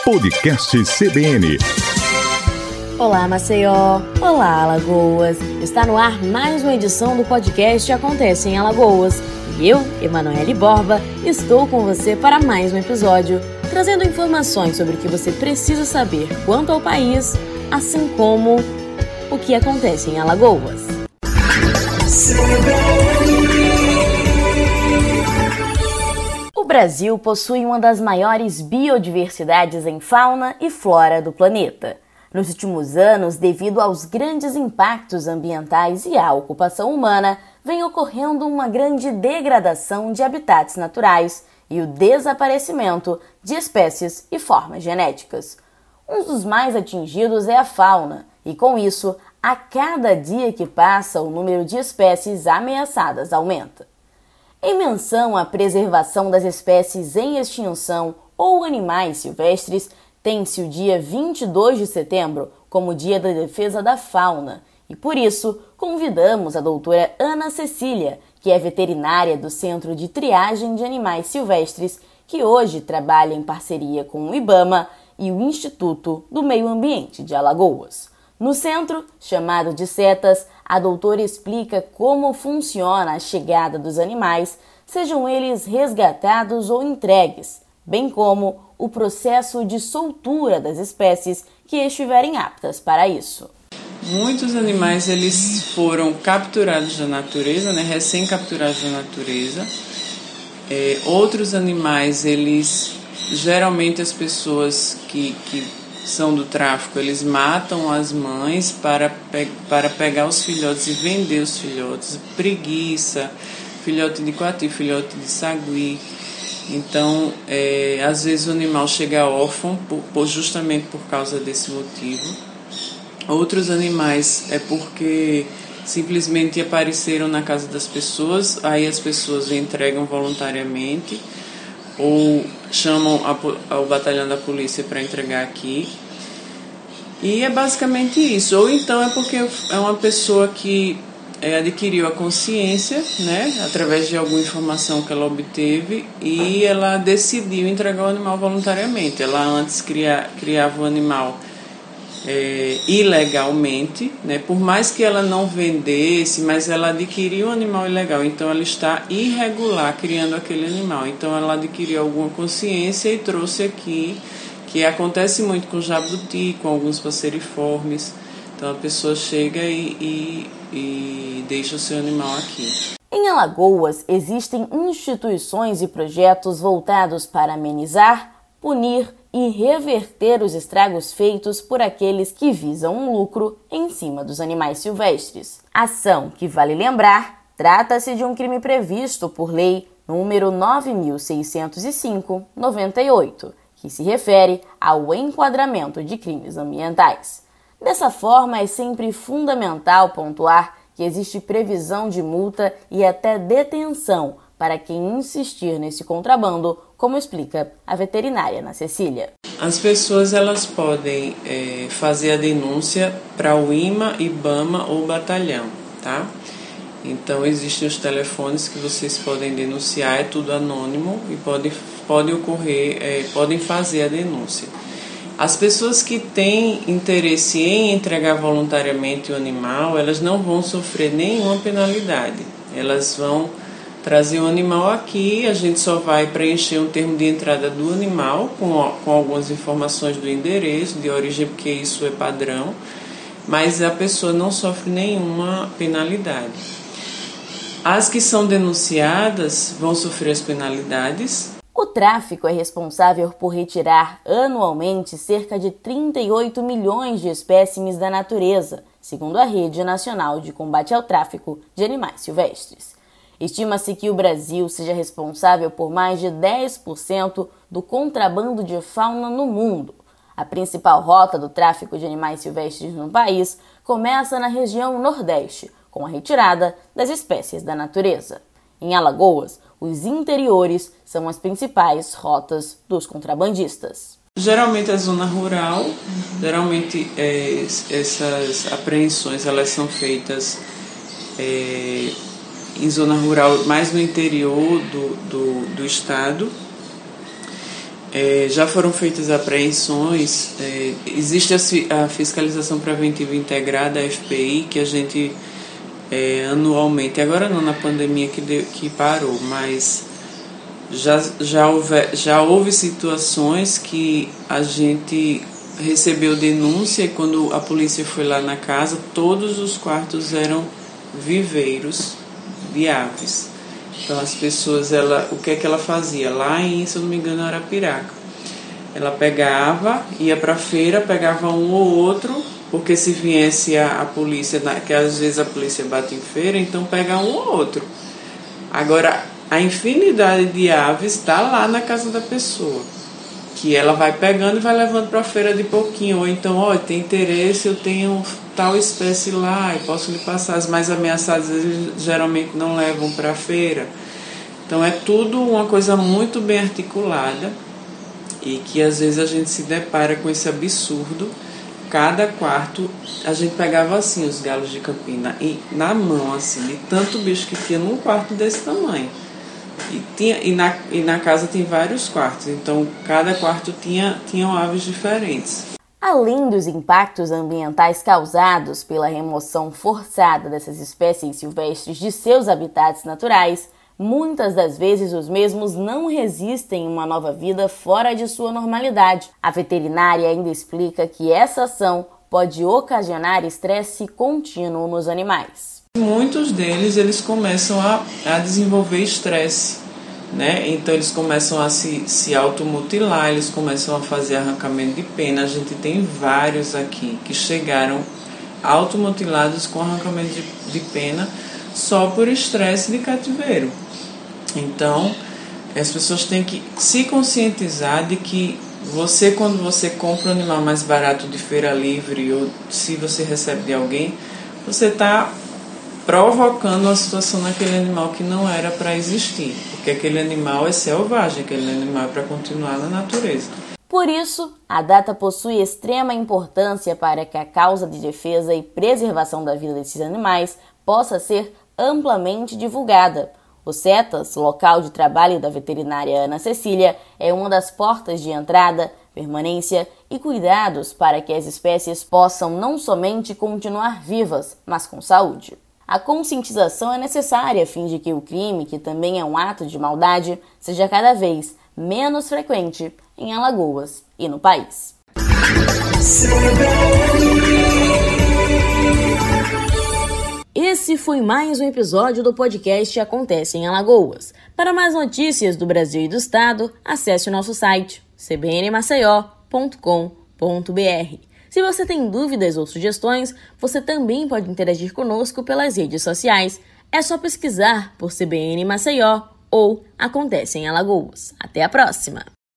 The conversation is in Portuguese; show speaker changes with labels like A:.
A: Podcast CBN.
B: Olá, Maceió! Olá, Alagoas! Está no ar mais uma edição do podcast Acontece em Alagoas. E eu, Emanuele Borba, estou com você para mais um episódio, trazendo informações sobre o que você precisa saber quanto ao país, assim como o que acontece em Alagoas. O Brasil possui uma das maiores biodiversidades em fauna e flora do planeta. Nos últimos anos, devido aos grandes impactos ambientais e à ocupação humana, vem ocorrendo uma grande degradação de habitats naturais e o desaparecimento de espécies e formas genéticas. Um dos mais atingidos é a fauna, e com isso, a cada dia que passa, o número de espécies ameaçadas aumenta. Em menção à preservação das espécies em extinção ou animais silvestres, tem-se o dia 22 de setembro como Dia da Defesa da Fauna e, por isso, convidamos a doutora Ana Cecília, que é veterinária do Centro de Triagem de Animais Silvestres, que hoje trabalha em parceria com o IBAMA e o Instituto do Meio Ambiente de Alagoas. No centro, chamado de Setas, a doutora explica como funciona a chegada dos animais, sejam eles resgatados ou entregues, bem como o processo de soltura das espécies que estiverem aptas para isso.
C: Muitos animais eles foram capturados da natureza, recém-capturados da natureza. Outros animais, geralmente as pessoas que são do tráfico, eles matam as mães para pegar os filhotes e vender os filhotes. Preguiça, filhote de coati, filhote de sagui. Então, às vezes o animal chega órfão justamente por causa desse motivo. Outros animais é porque simplesmente apareceram na casa das pessoas, aí as pessoas entregam voluntariamente ou chamam o batalhão da polícia para entregar aqui. E é basicamente isso. Ou então é porque é uma pessoa que adquiriu a consciência, através de alguma informação que ela obteve, e ela decidiu entregar o animal voluntariamente. Ela antes criava o animal ilegalmente, por mais que ela não vendesse, mas ela adquiriu um animal ilegal, então ela está irregular criando aquele animal. Então ela adquiriu alguma consciência e trouxe aqui, que acontece muito com jabuti, com alguns passeriformes. Então a pessoa chega e deixa o seu animal aqui.
B: Em Alagoas, existem instituições e projetos voltados para amenizar, punir e reverter os estragos feitos por aqueles que visam um lucro em cima dos animais silvestres. Ação que, vale lembrar, trata-se de um crime previsto por lei número 9.605/98, que se refere ao enquadramento de crimes ambientais. Dessa forma, é sempre fundamental pontuar que existe previsão de multa e até detenção para quem insistir nesse contrabando, como explica a veterinária Ana Cecília.
C: As pessoas elas podem fazer a denúncia para o IMA, IBAMA ou batalhão, tá? Então existem os telefones que vocês podem denunciar, é tudo anônimo e podem fazer a denúncia. As pessoas que têm interesse em entregar voluntariamente o animal, elas não vão sofrer nenhuma penalidade. Elas vão trazer o animal aqui, a gente só vai preencher um termo de entrada do animal com algumas informações do endereço, de origem, porque isso é padrão, mas a pessoa não sofre nenhuma penalidade. As que são denunciadas vão sofrer as penalidades.
B: O tráfico é responsável por retirar anualmente cerca de 38 milhões de espécimes da natureza, segundo a Rede Nacional de Combate ao Tráfico de Animais Silvestres. Estima-se que o Brasil seja responsável por mais de 10% do contrabando de fauna no mundo. A principal rota do tráfico de animais silvestres no país começa na região Nordeste, com a retirada das espécies da natureza. Em Alagoas, os interiores são as principais rotas dos contrabandistas.
C: Geralmente é zona rural, essas apreensões elas são feitas em zona rural, mais no interior do estado. Já foram feitas apreensões, existe a fiscalização preventiva integrada, a FPI, que a gente anualmente, agora não na pandemia que parou, mas já houve situações que a gente recebeu denúncia e quando a polícia foi lá na casa, todos os quartos eram viveiros de aves. Então as pessoas, o que é que ela fazia? Lá em, se eu não me engano, Arapiraca. Ela pegava, ia para a feira, pegava um ou outro, porque se viesse a polícia, que às vezes a polícia bate em feira, então pega um ou outro. Agora, a infinidade de aves está lá na casa da pessoa, que ela vai pegando e vai levando para a feira de pouquinho. Ou então, tem interesse, eu tenho tal espécie lá, e posso lhe passar. As mais ameaçadas eles geralmente não levam para a feira. Então é tudo uma coisa muito bem articulada e que às vezes a gente se depara com esse absurdo. Cada quarto, a gente pegava assim os galos de Campina e na mão, assim, de tanto bicho que tinha num quarto desse tamanho. E na casa tem vários quartos, então cada quarto tinham aves diferentes.
B: Além dos impactos ambientais causados pela remoção forçada dessas espécies silvestres de seus habitats naturais, muitas das vezes os mesmos não resistem a uma nova vida fora de sua normalidade. A veterinária ainda explica que essa ação pode ocasionar estresse contínuo nos animais.
C: Muitos deles eles começam a desenvolver estresse, né? Então eles começam a se automutilar, eles começam a fazer arrancamento de pena. A gente tem vários aqui que chegaram automutilados com arrancamento de pena só por estresse de cativeiro. Então as pessoas têm que se conscientizar de que quando você compra um animal mais barato de feira livre ou se você recebe de alguém, você está provocando uma situação naquele animal que não era para existir, porque aquele animal é selvagem, aquele animal é para continuar na natureza.
B: Por isso, a data possui extrema importância para que a causa de defesa e preservação da vida desses animais possa ser amplamente divulgada. O CETAS, local de trabalho da veterinária Ana Cecília, é uma das portas de entrada, permanência e cuidados para que as espécies possam não somente continuar vivas, mas com saúde. A conscientização é necessária a fim de que o crime, que também é um ato de maldade, seja cada vez menos frequente em Alagoas e no país. Esse foi mais um episódio do podcast Acontece em Alagoas. Para mais notícias do Brasil e do Estado, acesse o nosso site cbnmaceió.com.br. Se você tem dúvidas ou sugestões, você também pode interagir conosco pelas redes sociais. É só pesquisar por CBN Maceió ou Acontece em Alagoas. Até a próxima!